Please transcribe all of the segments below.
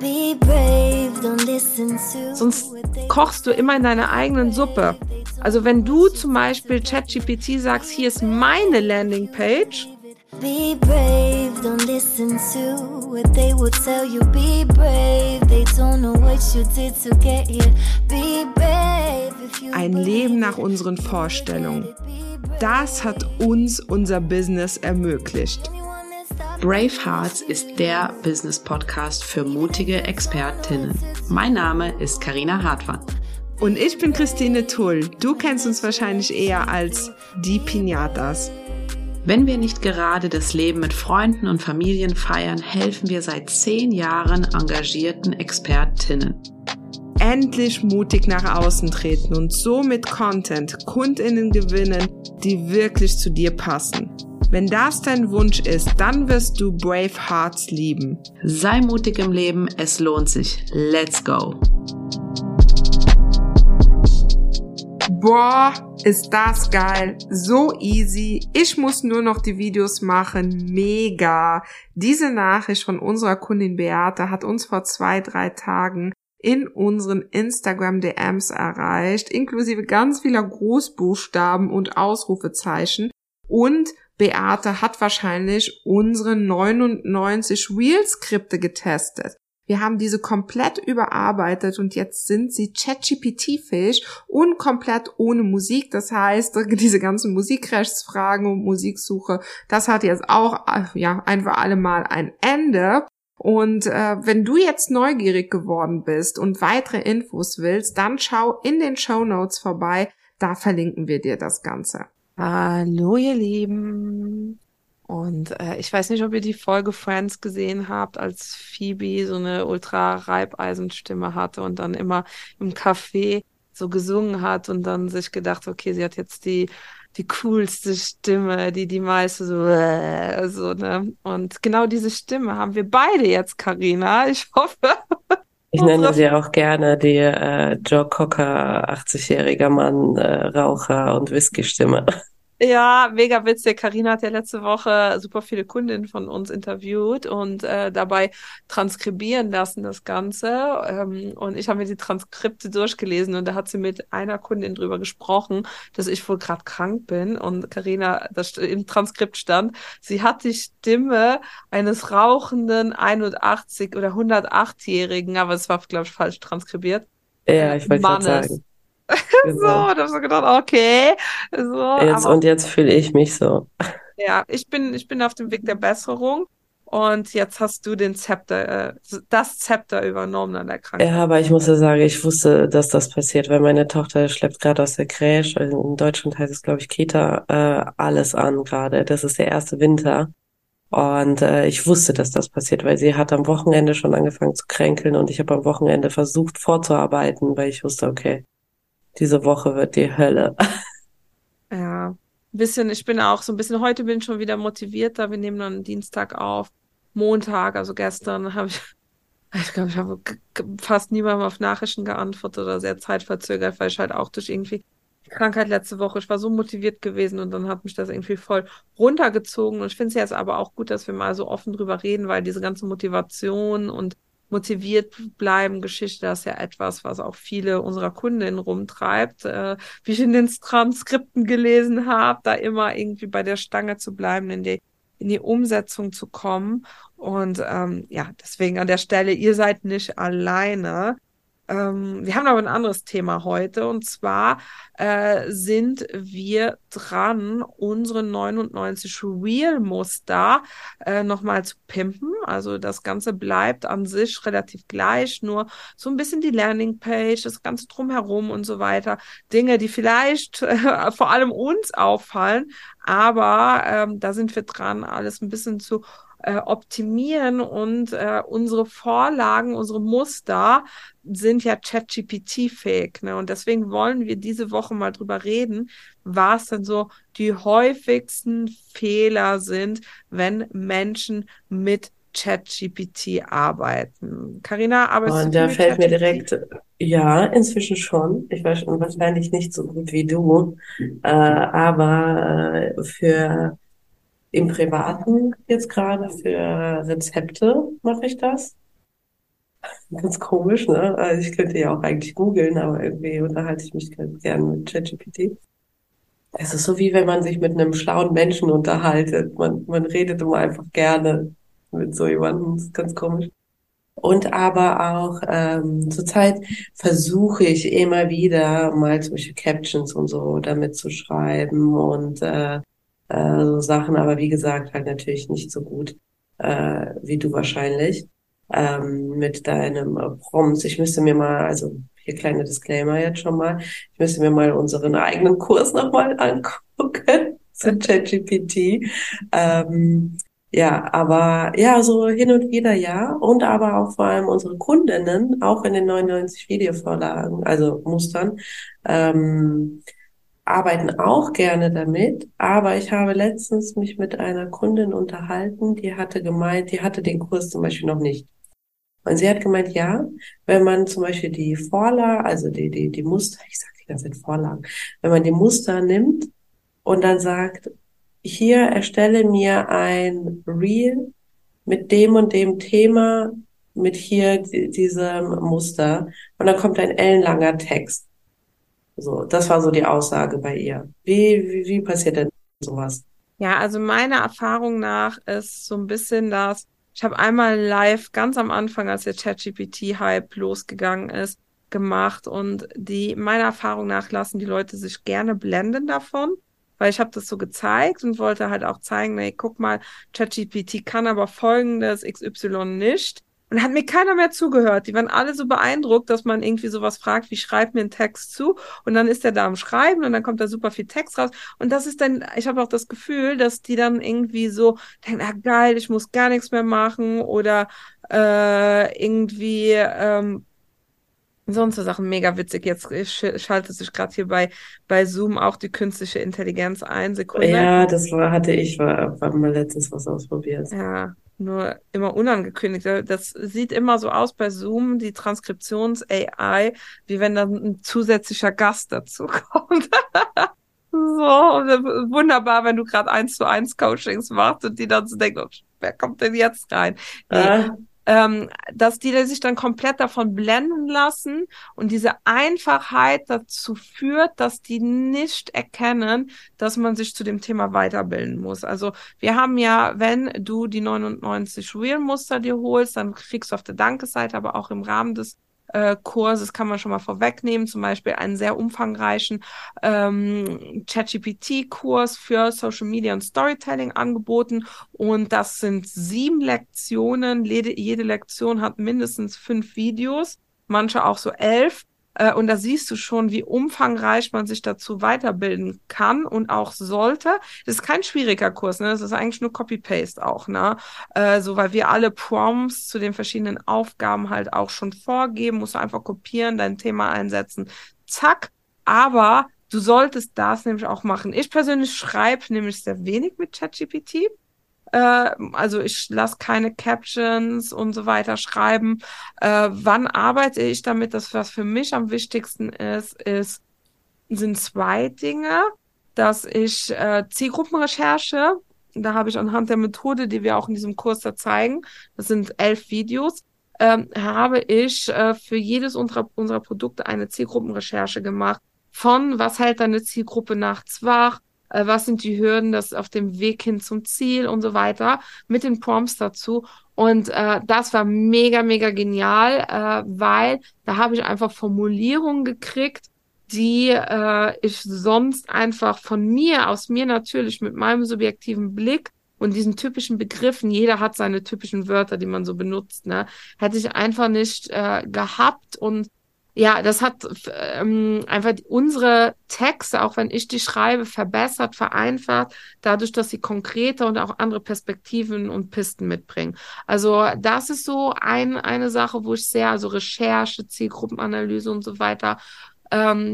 Sonst kochst du immer in deiner eigenen Suppe. Also wenn du zum Beispiel ChatGPT sagst, hier ist meine Landingpage, be brave, don't listen to what they will tell you. Be brave, they don't know what you did to get here. Be brave if you ein Leben nach unseren Vorstellungen. Das hat uns unser Business ermöglicht. Brave Hearts ist der Business-Podcast für mutige Expertinnen. Mein Name ist Carina Hartmann. Und ich bin Christine Tull. Du kennst uns wahrscheinlich eher als die Pinatas. Wenn wir nicht gerade das Leben mit Freunden und Familien feiern, helfen wir seit 10 Jahren engagierten Expertinnen. Endlich mutig nach außen treten und so mit Content KundInnen gewinnen, die wirklich zu dir passen. Wenn das dein Wunsch ist, dann wirst du Brave Hearts lieben. Sei mutig im Leben, es lohnt sich. Let's go! Boah, ist das geil. So easy. Ich muss nur noch die Videos machen. Mega. Diese Nachricht von unserer Kundin Beate hat uns vor 2-3 Tagen in unseren Instagram-DMs erreicht, inklusive ganz vieler Großbuchstaben und Ausrufezeichen. Und Beate hat wahrscheinlich unsere 99 Reel-Skripte getestet. Wir haben diese komplett überarbeitet und jetzt sind sie ChatGPT-fähig und komplett ohne Musik. Das heißt, diese ganzen Musikrechtsfragen und Musiksuche, das hat jetzt auch ein für alle Mal ein Ende. Und wenn du jetzt neugierig geworden bist und weitere Infos willst, dann schau in den Shownotes vorbei. Da verlinken wir dir das Ganze. Hallo ihr Lieben. Und ich weiß nicht, ob ihr die Folge Friends gesehen habt, als Phoebe so eine ultra-Reibeisenstimme hatte und dann immer im Café so gesungen hat und dann sich gedacht, okay, sie hat jetzt die coolste Stimme, die meiste so, ne? Und genau diese Stimme haben wir beide jetzt, Carina. Ich hoffe. Ich nenne sie auch gerne die Joe Cocker, 80-jähriger Mann, Raucher und Whisky-Stimme. Ja, mega witzig. Carina hat ja letzte Woche super viele Kundinnen von uns interviewt und dabei transkribieren lassen das Ganze. Und ich habe mir die Transkripte durchgelesen und da hat sie mit einer Kundin drüber gesprochen, dass ich wohl gerade krank bin. Und Carina, das im Transkript stand, sie hat die Stimme eines rauchenden 81 oder 108-Jährigen, aber es war, glaube ich, falsch transkribiert. Ja, ich wollte gerade sagen. Genau. So, da habe ich so gedacht, okay. So, jetzt fühle ich mich so. Ja, ich bin auf dem Weg der Besserung und jetzt hast du das Zepter übernommen an der Krankheit. Ja, aber ich muss ja sagen, ich wusste, dass das passiert, weil meine Tochter schleppt gerade aus der Crèche, also in Deutschland heißt es, glaube ich, Kita, alles an gerade. Das ist der erste Winter. Und ich wusste, dass das passiert, weil sie hat am Wochenende schon angefangen zu kränkeln und ich habe am Wochenende versucht vorzuarbeiten, weil ich wusste, okay, diese Woche wird die Hölle. Ja, ich bin auch so ein bisschen, heute bin ich schon wieder motivierter. Wir nehmen dann Dienstag auf. Montag, also gestern, habe ich glaube, ich habe fast niemandem auf Nachrichten geantwortet oder sehr zeitverzögert, weil ich halt auch durch irgendwie die Krankheit letzte Woche, ich war so motiviert gewesen und dann hat mich das irgendwie voll runtergezogen. Und ich finde es jetzt aber auch gut, dass wir mal so offen drüber reden, weil diese ganze Motivation und motiviert bleiben Geschichte, das ist ja etwas, was auch viele unserer Kundinnen rumtreibt. Wie ich in den Transkripten gelesen habe, da immer irgendwie bei der Stange zu bleiben, in die Umsetzung zu kommen. Und deswegen an der Stelle, ihr seid nicht alleine. Wir haben aber ein anderes Thema heute und zwar sind wir dran, unsere 99 Reel-Muster nochmal zu pimpen. Also das Ganze bleibt an sich relativ gleich, nur so ein bisschen die Landingpage, das Ganze drumherum und so weiter. Dinge, die vielleicht vor allem uns auffallen, aber da sind wir dran, alles ein bisschen zu optimieren und unsere Vorlagen, unsere Muster sind ja ChatGPT-fähig, ne? Und deswegen wollen wir diese Woche mal drüber reden, was denn so die häufigsten Fehler sind, wenn Menschen mit ChatGPT arbeiten. Carina, arbeitest Und du da mit fällt mir ChatGPT? direkt, ja, inzwischen schon. Ich weiß schon, wahrscheinlich nicht so gut wie du, aber für im Privaten jetzt gerade für Rezepte mache ich das. Ganz komisch, ne? Also ich könnte ja auch eigentlich googeln, aber irgendwie unterhalte ich mich ganz gern mit ChatGPT. Es ist so wie wenn man sich mit einem schlauen Menschen unterhaltet. Man redet immer einfach gerne mit so jemandem. Das ist ganz komisch. Und aber auch zurzeit versuche ich immer wieder mal zum Beispiel Captions und so damit zu schreiben und so Sachen, aber wie gesagt, halt natürlich nicht so gut wie du wahrscheinlich mit deinem Prompts. Ich müsste mir mal, also hier kleine Disclaimer jetzt schon mal, ich müsste mir mal unseren eigenen Kurs nochmal angucken zu ChatGPT. Ja, aber ja, so hin und wieder ja. Und aber auch vor allem unsere Kundinnen, auch in den 99 Videovorlagen, also Mustern, ähm, arbeiten auch gerne damit. Aber ich habe letztens mich mit einer Kundin unterhalten, die hatte gemeint, die hatte den Kurs zum Beispiel noch nicht. Und sie hat gemeint, ja, wenn man zum Beispiel die Vorlage, also die Muster, ich sage die ganze Zeit Vorlagen, wenn man die Muster nimmt und dann sagt, hier erstelle mir ein Reel mit dem und dem Thema, mit hier diesem Muster. Und dann kommt ein ellenlanger Text. So, das war so die Aussage bei ihr. Wie passiert denn sowas? Ja, also meiner Erfahrung nach ist so ein bisschen das, ich habe einmal live ganz am Anfang, als der ChatGPT-Hype losgegangen ist, gemacht und meiner Erfahrung nach lassen die Leute sich gerne blenden davon, weil ich habe das so gezeigt und wollte halt auch zeigen, nee, guck mal, ChatGPT kann aber Folgendes, XY nicht. Und hat mir keiner mehr zugehört. Die waren alle so beeindruckt, dass man irgendwie sowas fragt, wie schreib mir einen Text zu. Und dann ist er da am Schreiben und dann kommt da super viel Text raus. Und das ist dann, ich habe auch das Gefühl, dass die dann irgendwie so denken, ah geil, ich muss gar nichts mehr machen oder irgendwie sonst so Sachen mega witzig. Jetzt schaltet sich gerade hier bei Zoom auch die künstliche Intelligenz ein. Sekunde. Ja, war mal letztens was ausprobiert. Ja, nur immer unangekündigt. Das sieht immer so aus bei Zoom, die Transkriptions-AI, wie wenn dann ein zusätzlicher Gast dazu kommt. So, wunderbar, wenn du gerade 1:1 Coachings machst und die dann so denken, oh, wer kommt denn jetzt rein? Nee, Ah, dass die sich dann komplett davon blenden lassen und diese Einfachheit dazu führt, dass die nicht erkennen, dass man sich zu dem Thema weiterbilden muss. Also wir haben ja, wenn du die 99 Real-Muster dir holst, dann kriegst du auf der Dankeseite, aber auch im Rahmen des Kurses kann man schon mal vorwegnehmen, zum Beispiel einen sehr umfangreichen ChatGPT-Kurs für Social Media und Storytelling angeboten. Und das sind 7 Lektionen. Jede Lektion hat mindestens 5 Videos, manche auch so 11. Und da siehst du schon, wie umfangreich man sich dazu weiterbilden kann und auch sollte. Das ist kein schwieriger Kurs, ne? Das ist eigentlich nur Copy-Paste auch, ne? So, weil wir alle Prompts zu den verschiedenen Aufgaben halt auch schon vorgeben, musst du einfach kopieren, dein Thema einsetzen, zack. Aber du solltest das nämlich auch machen. Ich persönlich schreibe nämlich sehr wenig mit ChatGPT. Also ich lasse keine Captions und so weiter schreiben. Wann arbeite ich damit? Das, was für mich am wichtigsten sind 2 Dinge, dass ich Zielgruppenrecherche, da habe ich anhand der Methode, die wir auch in diesem Kurs da zeigen, das sind 11 Videos, habe ich für jedes unserer Produkte eine Zielgruppenrecherche gemacht. Von was hält deine Zielgruppe nachts wach? Was sind die Hürden, das auf dem Weg hin zum Ziel und so weiter, mit den Prompts dazu. Und das war mega, mega genial, weil da habe ich einfach Formulierungen gekriegt, die ich sonst einfach von mir, aus mir natürlich mit meinem subjektiven Blick und diesen typischen Begriffen, jeder hat seine typischen Wörter, die man so benutzt, ne, hätte ich einfach nicht gehabt. Und ja, das hat einfach unsere Texte, auch wenn ich die schreibe, verbessert, vereinfacht, dadurch, dass sie konkreter und auch andere Perspektiven und Pisten mitbringen. Also das ist so eine Sache, wo ich sehr, also Recherche, Zielgruppenanalyse und so weiter,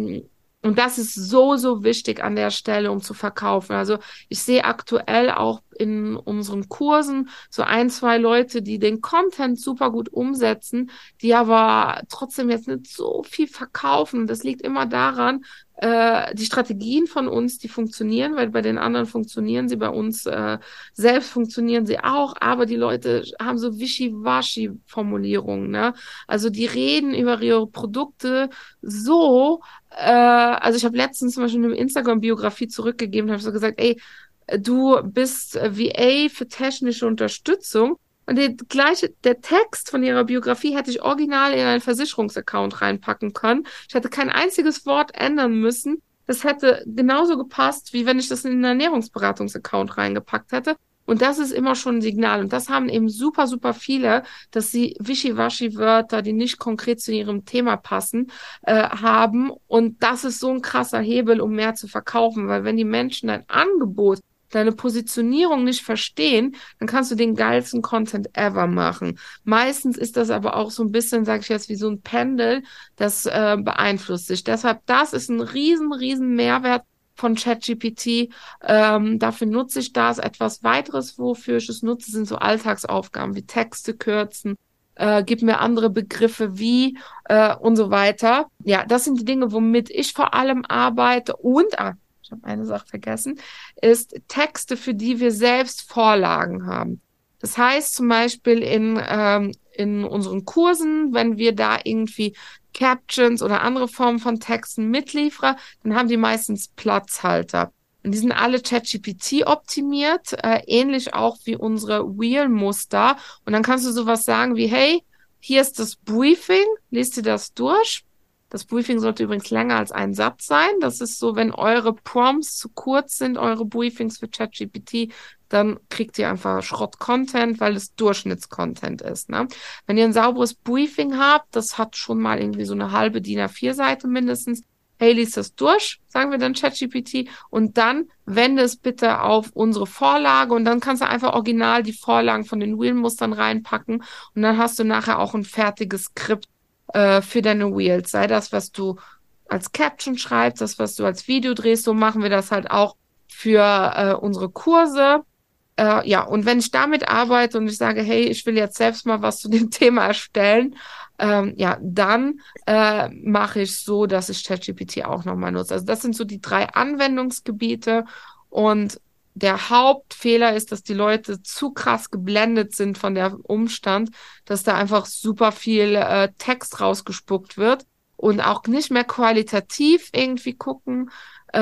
und das ist so, so wichtig an der Stelle, um zu verkaufen. Also ich sehe aktuell auch in unseren Kursen so ein, zwei Leute, die den Content super gut umsetzen, die aber trotzdem jetzt nicht so viel verkaufen. Und das liegt immer daran, die Strategien von uns, die funktionieren, weil bei den anderen funktionieren sie, bei uns selbst funktionieren sie auch, aber die Leute haben so Wischiwaschi-Formulierungen, ne? Also die reden über ihre Produkte so, also ich habe letztens zum Beispiel eine Instagram-Biografie zurückgegeben, habe so gesagt, ey, du bist VA für technische Unterstützung. Und der Text von ihrer Biografie hätte ich original in einen Versicherungsaccount reinpacken können. Ich hätte kein einziges Wort ändern müssen. Das hätte genauso gepasst, wie wenn ich das in einen Ernährungsberatungsaccount reingepackt hätte. Und das ist immer schon ein Signal. Und das haben eben super, super viele, dass sie Wischiwaschi-Wörter, die nicht konkret zu ihrem Thema passen, haben. Und das ist so ein krasser Hebel, um mehr zu verkaufen. Weil wenn die Menschen dein Angebot, deine Positionierung nicht verstehen, dann kannst du den geilsten Content ever machen. Meistens ist das aber auch so ein bisschen, sag ich jetzt, wie so ein Pendel, das beeinflusst sich. Deshalb, das ist ein riesen Mehrwert von ChatGPT. Dafür nutze ich das. Etwas weiteres, wofür ich es nutze, sind so Alltagsaufgaben wie Texte kürzen, gib mir andere Begriffe wie und so weiter. Ja, das sind die Dinge, womit ich vor allem arbeite. Und, ich habe eine Sache vergessen, ist Texte, für die wir selbst Vorlagen haben. Das heißt zum Beispiel in unseren Kursen, wenn wir da irgendwie Captions oder andere Formen von Texten mitliefern, dann haben die meistens Platzhalter. Und die sind alle ChatGPT optimiert, ähnlich auch wie unsere Wheel-Muster. Und dann kannst du sowas sagen wie, hey, hier ist das Briefing, liest dir das durch. Das Briefing sollte übrigens länger als ein Satz sein. Das ist so, wenn eure Prompts zu kurz sind, eure Briefings für ChatGPT, dann kriegt ihr einfach Schrott-Content, weil es Durchschnitts-Content ist. Ne? Wenn ihr ein sauberes Briefing habt, das hat schon mal irgendwie so eine halbe DIN A4-Seite mindestens. Hey, lies das durch, sagen wir dann ChatGPT, und dann wende es bitte auf unsere Vorlage und dann kannst du einfach original die Vorlagen von den Wheel-Mustern reinpacken und dann hast du nachher auch ein fertiges Skript für deine Wheels. Sei das, was du als Caption schreibst, das, was du als Video drehst, so machen wir das halt auch für unsere Kurse. Ja, und wenn ich damit arbeite und ich sage, hey, ich will jetzt selbst mal was zu dem Thema erstellen, ja, dann mache ich so, dass ich ChatGPT auch nochmal nutze. Also das sind so die 3 Anwendungsgebiete und der Hauptfehler ist, dass die Leute zu krass geblendet sind von der Umstand, dass da einfach super viel Text rausgespuckt wird und auch nicht mehr qualitativ irgendwie gucken,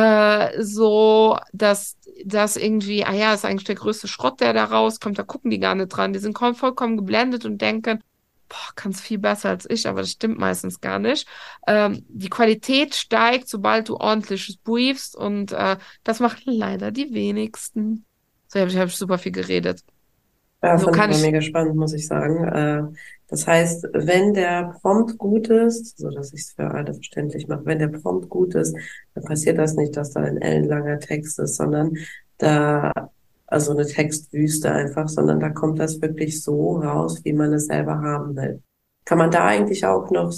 so, dass das irgendwie, ist eigentlich der größte Schrott, der da rauskommt, da gucken die gar nicht dran. Die sind vollkommen geblendet und denken, boah, kann's viel besser als ich, aber das stimmt meistens gar nicht. Die Qualität steigt, sobald du ordentliches briefst und das machen leider die wenigsten. So, hab ich super viel geredet. Ja, So fand ich kann aber ich, mega spannend, muss ich sagen. Das heißt, wenn der Prompt gut ist, so dass ich es für alle verständlich mache, wenn der Prompt gut ist, dann passiert das nicht, dass da ein ellenlanger Text ist, sondern da, also eine Textwüste einfach, sondern da kommt das wirklich so raus, wie man es selber haben will. Kann man da eigentlich auch noch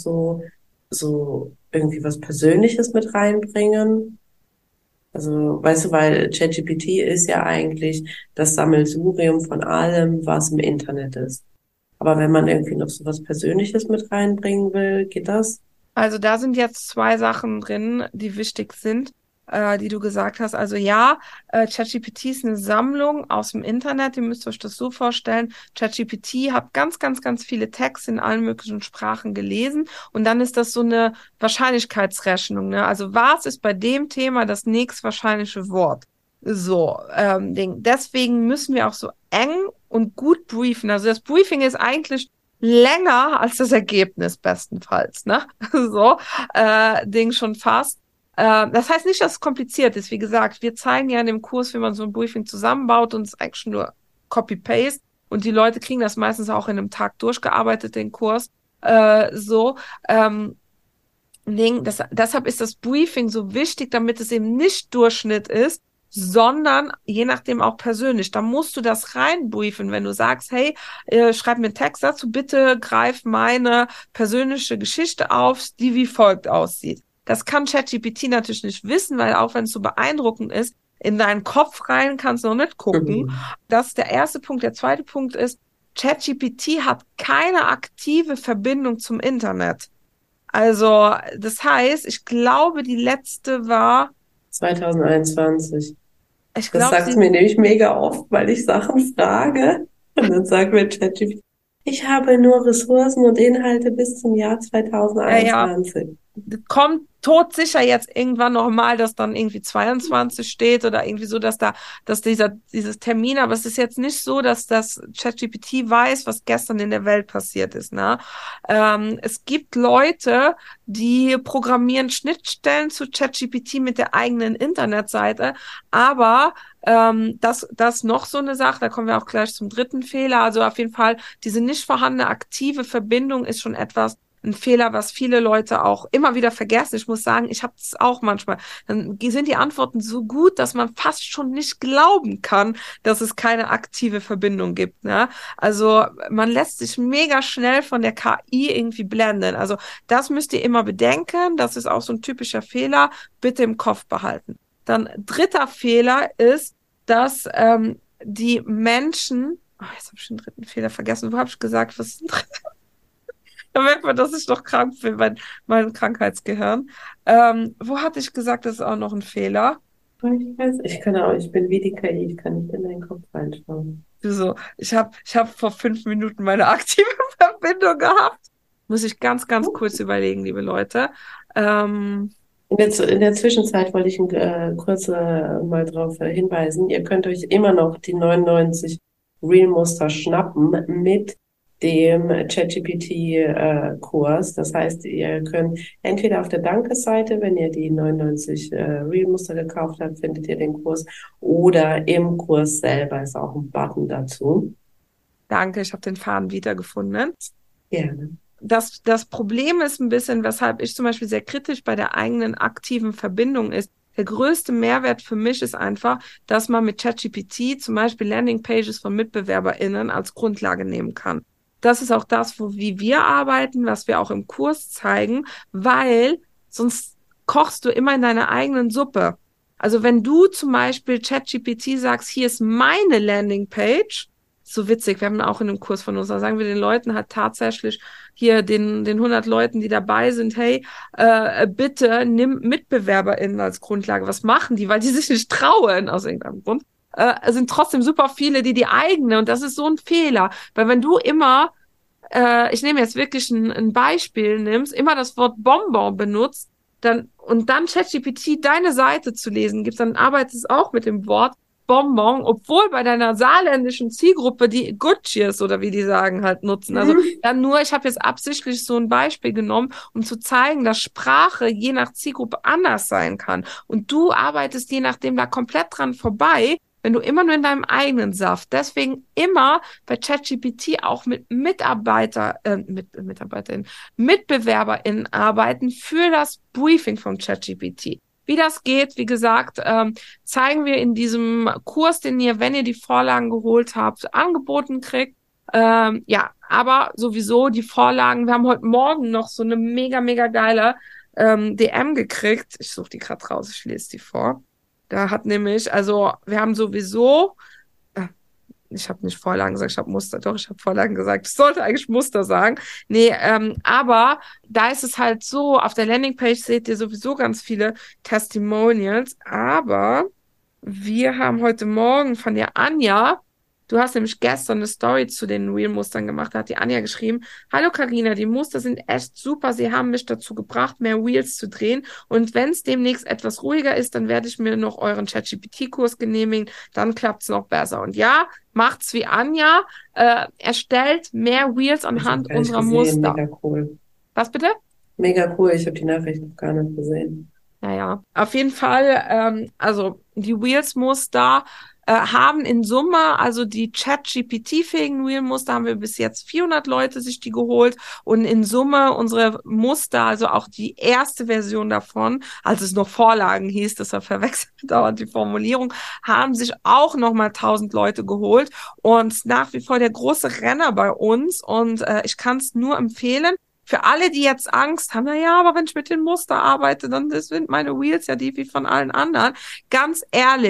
so irgendwie was Persönliches mit reinbringen? Also, weißt du, weil ChatGPT ist ja eigentlich das Sammelsurium von allem, was im Internet ist. Aber wenn man irgendwie noch so was Persönliches mit reinbringen will, geht das? also da sind jetzt 2 Sachen drin, die wichtig sind, die du gesagt hast. Also ja, ChatGPT ist eine Sammlung aus dem Internet. Ihr müsst euch das so vorstellen. ChatGPT hat ganz viele Texte in allen möglichen Sprachen gelesen. Und dann ist das so eine Wahrscheinlichkeitsrechnung. Ne? Also was ist bei dem Thema das nächstwahrscheinliche Wort? So, Ding. Deswegen müssen wir auch so eng und gut briefen. Also das Briefing ist eigentlich länger als das Ergebnis bestenfalls, ne? So, Ding schon fast. Das heißt nicht, dass es kompliziert ist. Wie gesagt, wir zeigen ja in dem Kurs, wie man so ein Briefing zusammenbaut und es ist eigentlich nur Copy-Paste. Und die Leute kriegen das meistens auch in einem Tag durchgearbeitet, den Kurs. Deshalb ist das Briefing so wichtig, damit es eben nicht Durchschnitt ist, sondern je nachdem auch persönlich. Da musst du das reinbriefen, wenn du sagst, hey, schreib mir einen Text dazu, bitte greif meine persönliche Geschichte auf, die wie folgt aussieht. Das kann ChatGPT natürlich nicht wissen, weil auch wenn es so beeindruckend ist, in deinen Kopf rein kannst du noch nicht gucken. Mhm. Das ist der erste Punkt. Der zweite Punkt ist, ChatGPT hat keine aktive Verbindung zum Internet. Also, das heißt, ich glaube, die letzte war, 2021. ich Das glaube, sagt mir nämlich mega oft, weil ich Sachen frage. Und dann sagt mir ChatGPT, ich habe nur Ressourcen und Inhalte bis zum Jahr ja, 2021. kommt todsicher jetzt irgendwann nochmal, dass dann irgendwie 22 steht oder irgendwie so, dass dieses Termin, aber es ist jetzt nicht so, dass das ChatGPT weiß, was gestern in der Welt passiert ist, ne? Es gibt Leute, die programmieren Schnittstellen zu ChatGPT mit der eigenen Internetseite, aber das noch so eine Sache, da kommen wir auch gleich zum dritten Fehler, also auf jeden Fall diese nicht vorhandene aktive Verbindung ist schon etwas, ein Fehler, was viele Leute auch immer wieder vergessen. Ich muss sagen, ich habe es auch manchmal. Dann sind die Antworten so gut, dass man fast schon nicht glauben kann, dass es keine aktive Verbindung gibt. Ne? Also man lässt sich mega schnell von der KI irgendwie blenden. Also das müsst ihr immer bedenken. Das ist auch so ein typischer Fehler. Bitte im Kopf behalten. Dann dritter Fehler ist, dass die Menschen, jetzt habe ich den dritten Fehler vergessen. Wo habe ich gesagt, was ist ein dritter? Da merkt man, dass ich doch krank bin, mein Krankheitsgehirn. Wo hatte ich gesagt, das ist auch noch ein Fehler? Ich kann auch, ich bin wie die KI, ich kann nicht in deinen Kopf reinschauen. Wieso? Ich hab vor 5 Minuten meine aktive Verbindung gehabt. Muss ich ganz, ganz kurz überlegen, liebe Leute. In der Zwischenzeit wollte ich kurz mal darauf hinweisen, ihr könnt euch immer noch die 99 Reel-Muster schnappen mit dem ChatGPT-Kurs. Das heißt, ihr könnt entweder auf der Danke-Seite, wenn ihr die 99 Reel-Muster gekauft habt, findet ihr den Kurs, oder im Kurs selber ist auch ein Button dazu. Danke, ich habe den Faden wiedergefunden. Gerne. Das Problem ist ein bisschen, weshalb ich zum Beispiel sehr kritisch bei der eigenen aktiven Verbindung ist. Der größte Mehrwert für mich ist einfach, dass man mit ChatGPT zum Beispiel Landingpages von MitbewerberInnen als Grundlage nehmen kann. Das ist auch das, wie wir arbeiten, was wir auch im Kurs zeigen, weil sonst kochst du immer in deiner eigenen Suppe. Also wenn du zum Beispiel ChatGPT sagst, hier ist meine Landingpage, so witzig, wir haben auch in einem Kurs von uns, da sagen wir den Leuten halt tatsächlich hier den 100 Leuten, die dabei sind, hey, bitte nimm MitbewerberInnen als Grundlage. Was machen die? Weil die sich nicht trauen, aus irgendeinem Grund. Es sind trotzdem super viele, die eigene, und das ist so ein Fehler, weil wenn du immer, ich nehme jetzt wirklich ein Beispiel, nimmst, immer das Wort Bonbon benutzt, dann ChatGPT deine Seite zu lesen gibst, dann arbeitet es auch mit dem Wort Bonbon, obwohl bei deiner saarländischen Zielgruppe die Gucci's oder wie die sagen halt nutzen. Also dann nur, ich habe jetzt absichtlich so ein Beispiel genommen, um zu zeigen, dass Sprache je nach Zielgruppe anders sein kann. Und du arbeitest je nachdem da komplett dran vorbei, wenn du immer nur in deinem eigenen Saft. Deswegen immer bei ChatGPT auch mit MitbewerberInnen arbeiten für das Briefing von ChatGPT. Wie das geht, wie gesagt, zeigen wir in diesem Kurs, den ihr, wenn ihr die Vorlagen geholt habt, angeboten kriegt. Ja, aber sowieso die Vorlagen, wir haben heute Morgen noch so eine mega, mega geile DM gekriegt. Ich suche die gerade raus, ich lese die vor. Da hat nämlich, also wir haben sowieso, ich habe nicht Vorlagen gesagt, ich habe Muster, doch, ich habe Vorlagen gesagt, ich sollte eigentlich Muster sagen. Nee, aber da ist es halt so, auf der Landingpage seht ihr sowieso ganz viele Testimonials, aber wir haben heute Morgen von der Anja, du hast nämlich gestern eine Story zu den Reel-Mustern gemacht, da hat die Anja geschrieben, hallo Carina, die Muster sind echt super, sie haben mich dazu gebracht, mehr Reels zu drehen, und wenn es demnächst etwas ruhiger ist, dann werde ich mir noch euren ChatGPT-Kurs genehmigen, dann klappt es noch besser. Und ja, macht's wie Anja, erstellt mehr Reels anhand unserer Muster. Mega cool. Was bitte? Mega cool, ich habe die Nachricht noch gar nicht gesehen. Naja, auf jeden Fall, also die Reels-Muster haben in Summe, also die ChatGPT-fähigen Reel-Muster haben wir bis jetzt 400 Leute sich die geholt, und in Summe unsere Muster, also auch die erste Version davon, als es noch Vorlagen hieß, deshalb verwechselt dauernd die Formulierung, haben sich auch nochmal 1000 Leute geholt, und nach wie vor der große Renner bei uns, und ich kann es nur empfehlen. Für alle, die jetzt Angst haben, na ja, aber wenn ich mit den Muster arbeite, dann sind meine Reels ja die wie von allen anderen. Ganz ehrlich,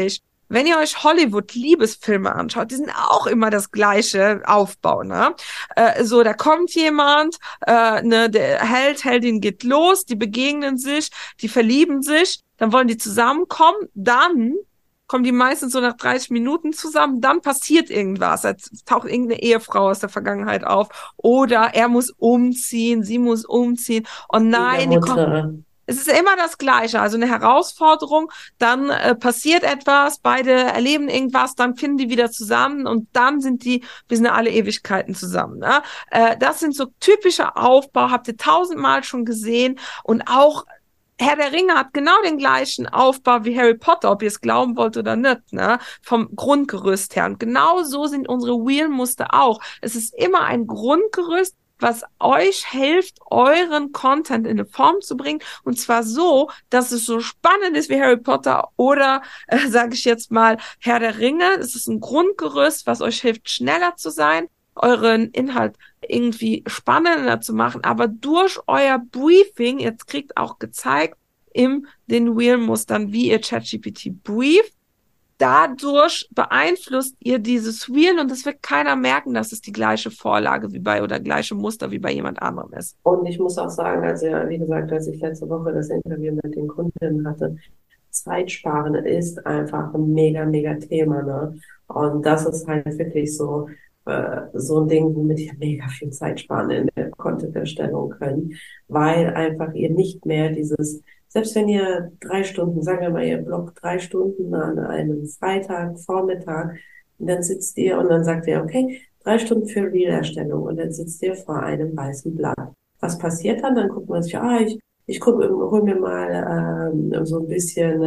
Wenn ihr euch Hollywood-Liebesfilme anschaut, die sind auch immer das gleiche Aufbau, ne? So, da kommt jemand, ne, der Heldin geht los, die begegnen sich, die verlieben sich, dann wollen die zusammenkommen, dann kommen die meistens so nach 30 Minuten zusammen, dann passiert irgendwas, es taucht irgendeine Ehefrau aus der Vergangenheit auf oder er muss umziehen, sie muss umziehen und nein, es ist immer das Gleiche, also eine Herausforderung, dann passiert etwas, beide erleben irgendwas, dann finden die wieder zusammen und dann sind alle Ewigkeiten zusammen. Ne? Das sind so typische Aufbau, habt ihr 1000-mal schon gesehen und auch Herr der Ringe hat genau den gleichen Aufbau wie Harry Potter, ob ihr es glauben wollt oder nicht, ne? Vom Grundgerüst her. Und genau so sind unsere Wheel-Muster auch. Es ist immer ein Grundgerüst, was euch hilft, euren Content in eine Form zu bringen. Und zwar so, dass es so spannend ist wie Harry Potter oder, sage ich jetzt mal, Herr der Ringe. Es ist ein Grundgerüst, was euch hilft, schneller zu sein, euren Inhalt irgendwie spannender zu machen, aber durch euer Briefing, jetzt kriegt auch gezeigt in den Wheel-Mustern, wie ihr ChatGPT brieft, dadurch beeinflusst ihr dieses Wheel und es wird keiner merken, dass es die gleiche Vorlage oder gleiche Muster wie bei jemand anderem ist. Und ich muss auch sagen, also ja, wie gesagt, als ich letzte Woche das Interview mit den Kundinnen hatte, Zeitsparen ist einfach ein mega, mega Thema, ne? Und das ist halt wirklich so ein Ding, womit ihr mega viel Zeit sparen in der Content-Erstellung könnt, weil einfach ihr nicht mehr selbst wenn ihr 3 Stunden, sagen wir mal, ihr blockt 3 Stunden an einem Freitag, Vormittag, und dann sitzt ihr und dann sagt ihr, okay, 3 Stunden für Reel-Erstellung und dann sitzt ihr vor einem weißen Blatt. Was passiert dann? Dann guckt man sich, ich hol mir mal so ein bisschen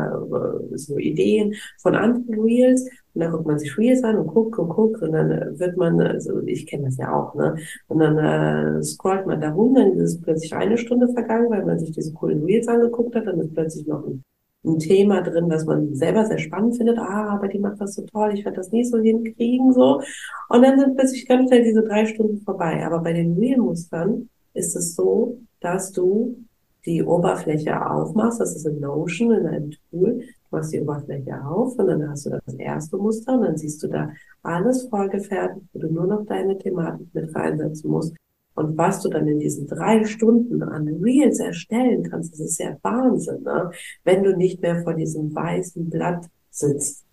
so Ideen von anderen Reels und dann guckt man sich Reels an und guckt und dann wird man, also ich kenne das ja auch, ne? Und dann scrollt man da rum, dann ist plötzlich 1 Stunde vergangen, weil man sich diese coolen Reels angeguckt hat, dann ist plötzlich noch ein Thema drin, was man selber sehr spannend findet. Aber die macht das so toll, ich werde das nie so hinkriegen, so. Und dann sind plötzlich ganz schnell diese 3 Stunden vorbei. Aber bei den Reel-Mustern ist es so, dass du die Oberfläche aufmachst, das ist in Notion, in einem Tool, du machst die Oberfläche auf und dann hast du das erste Muster und dann siehst du da alles vorgefertigt, wo du nur noch deine Thematik mit reinsetzen musst. Und was du dann in diesen 3 Stunden an Reels erstellen kannst, das ist ja Wahnsinn, ne? Wenn du nicht mehr vor diesem weißen Blatt sitzt.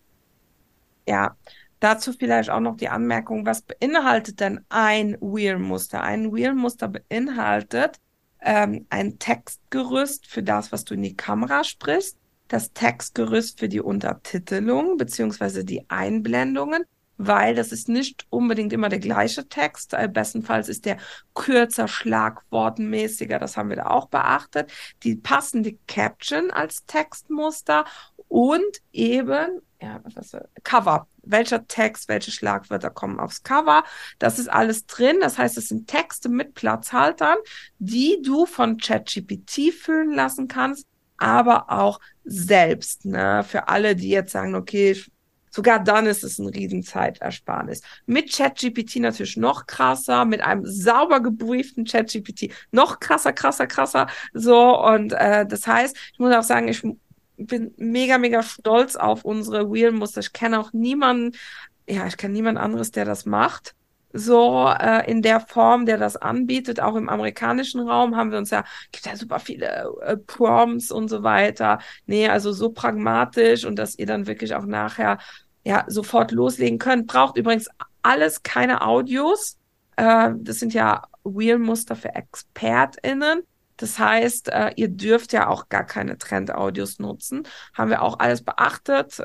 Ja, dazu vielleicht auch noch die Anmerkung, was beinhaltet denn ein Wheel-Muster? Ein Wheel-Muster beinhaltet ein Textgerüst für das, was du in die Kamera sprichst, das Textgerüst für die Untertitelung beziehungsweise die Einblendungen, weil das ist nicht unbedingt immer der gleiche Text. Bestenfalls ist der kürzer, schlagwortmäßiger, das haben wir da auch beachtet. Die passende Caption als Textmuster und eben Cover. Welcher Text, welche Schlagwörter kommen aufs Cover? Das ist alles drin. Das heißt, es sind Texte mit Platzhaltern, die du von ChatGPT füllen lassen kannst, aber auch selbst, ne? Für alle, die jetzt sagen, okay, sogar dann ist es ein Riesenzeitersparnis. Mit ChatGPT natürlich noch krasser, mit einem sauber gebrieften ChatGPT noch krasser. So, und das heißt, ich muss auch sagen, ich bin mega, mega stolz auf unsere Wheel-Muster. Ich kenne niemand anderes, der das macht. So in der Form, der das anbietet. Auch im amerikanischen Raum gibt ja super viele Prompts und so weiter. Nee, also so pragmatisch und dass ihr dann wirklich auch nachher sofort loslegen könnt. Braucht übrigens alles keine Audios. Das sind ja Wheel-Muster für ExpertInnen. Das heißt, ihr dürft ja auch gar keine Trend-Audios nutzen. Haben wir auch alles beachtet.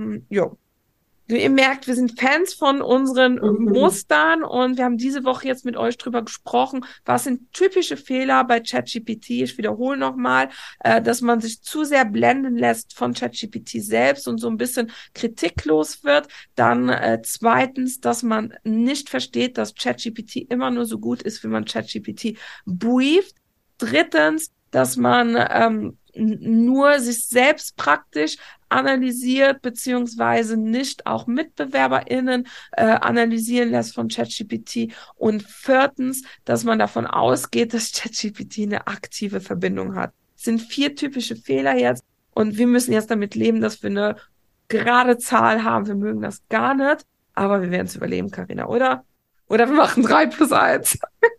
Ihr merkt, wir sind Fans von unseren Mustern und wir haben diese Woche jetzt mit euch drüber gesprochen, was sind typische Fehler bei ChatGPT. Ich wiederhole nochmal, dass man sich zu sehr blenden lässt von ChatGPT selbst und so ein bisschen kritiklos wird. Dann zweitens, dass man nicht versteht, dass ChatGPT immer nur so gut ist, wie man ChatGPT brieft. Drittens, dass man nur sich selbst praktisch analysiert, beziehungsweise nicht auch MitbewerberInnen analysieren lässt von ChatGPT. Und viertens, dass man davon ausgeht, dass ChatGPT eine aktive Verbindung hat. Das sind 4 typische Fehler jetzt und wir müssen jetzt damit leben, dass wir eine gerade Zahl haben. Wir mögen das gar nicht, aber wir werden es überleben, Carina, oder? Oder wir machen 3+1.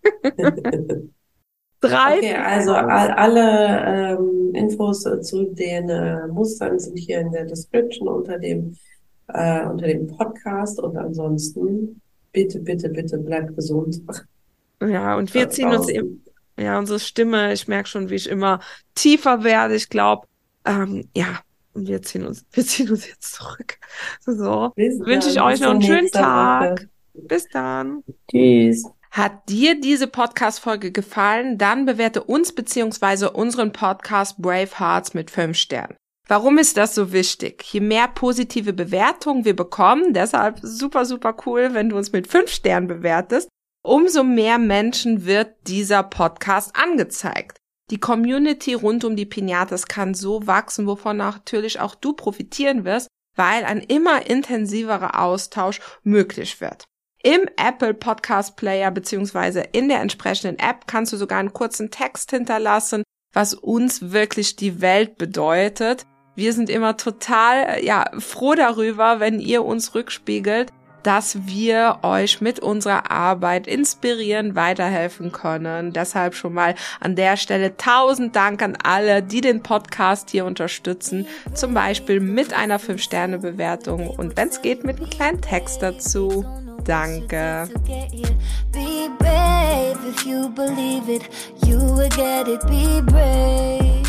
3 Okay, also alle Infos zu den Mustern sind hier in der Description unter dem Podcast und ansonsten bitte, bitte, bitte bleibt gesund. Ja, und wir ziehen uns eben, ja, unsere Stimme, ich merke schon, wie ich immer tiefer werde. Ich glaube, ja, und wir ziehen uns jetzt zurück. So, wünsche ich euch noch einen schönen Tag. Bis dann. Tschüss. Hat dir diese Podcast-Folge gefallen? Dann bewerte uns bzw. unseren Podcast Brave Hearts mit 5 Sternen. Warum ist das so wichtig? Je mehr positive Bewertungen wir bekommen, deshalb super, super cool, wenn du uns mit 5 Sternen bewertest, umso mehr Menschen wird dieser Podcast angezeigt. Die Community rund um die Pinatas kann so wachsen, wovon natürlich auch du profitieren wirst, weil ein immer intensiverer Austausch möglich wird. Im Apple Podcast Player bzw. in der entsprechenden App kannst du sogar einen kurzen Text hinterlassen, was uns wirklich die Welt bedeutet. Wir sind immer total froh darüber, wenn ihr uns rückspiegelt, dass wir euch mit unserer Arbeit inspirieren, weiterhelfen können. Deshalb schon mal an der Stelle 1000 Dank an alle, die den Podcast hier unterstützen, zum Beispiel mit einer 5-Sterne-Bewertung und wenn es geht, mit einem kleinen Text dazu. Danke. Be brave if you believe it, you will get it. Be brave.